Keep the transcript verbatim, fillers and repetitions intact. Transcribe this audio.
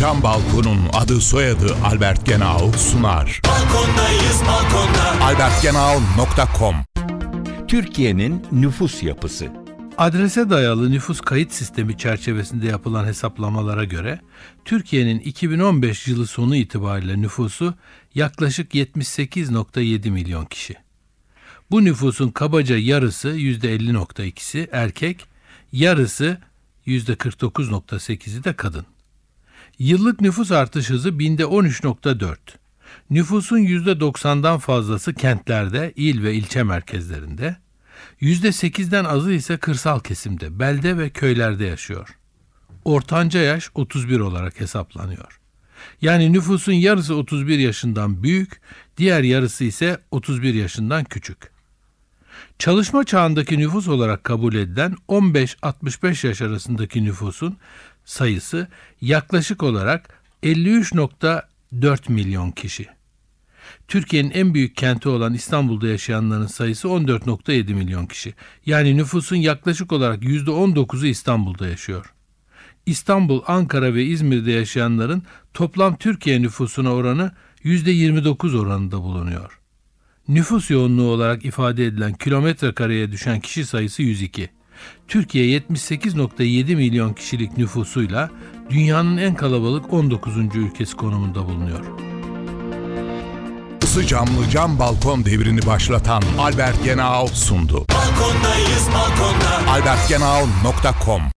Cam Balkon'un adı soyadı Albert Genau sunar. Balkondayız balkonda. albert genau nokta com Türkiye'nin nüfus yapısı. Adrese dayalı nüfus kayıt sistemi çerçevesinde yapılan hesaplamalara göre Türkiye'nin iki bin on beş yılı sonu itibariyle nüfusu yaklaşık yetmiş sekiz virgül yedi milyon kişi. Bu nüfusun kabaca yarısı yüzde elli virgül ikisi erkek, yarısı yüzde kırk dokuz virgül sekizi de kadın. Yıllık nüfus artış hızı binde on üç virgül dört. Nüfusun yüzde doksandan fazlası kentlerde, il ve ilçe merkezlerinde, yüzde sekizden azı ise kırsal kesimde, belde ve köylerde yaşıyor. Ortanca yaş otuz bir olarak hesaplanıyor. Yani nüfusun yarısı otuz bir yaşından büyük, diğer yarısı ise otuz bir yaşından küçük. Çalışma çağındaki nüfus olarak kabul edilen on beş altmış beş yaş arasındaki nüfusun sayısı yaklaşık olarak elli üç virgül dört milyon kişi. Türkiye'nin en büyük kenti olan İstanbul'da yaşayanların sayısı on dört virgül yedi milyon kişi. Yani nüfusun yaklaşık olarak yüzde on dokuzu İstanbul'da yaşıyor. İstanbul, Ankara ve İzmir'de yaşayanların toplam Türkiye nüfusuna oranı yüzde yirmi dokuz oranında bulunuyor. Nüfus yoğunluğu olarak ifade edilen kilometre kareye düşen kişi sayısı yüz iki. Türkiye yetmiş sekiz virgül yedi milyon kişilik nüfusuyla dünyanın en kalabalık on dokuzuncu ülkesi konumunda bulunuyor. Isı camlı cam balkon devrini başlatan Albert Genau sundu. Balkondayız balkonda. albert genau nokta com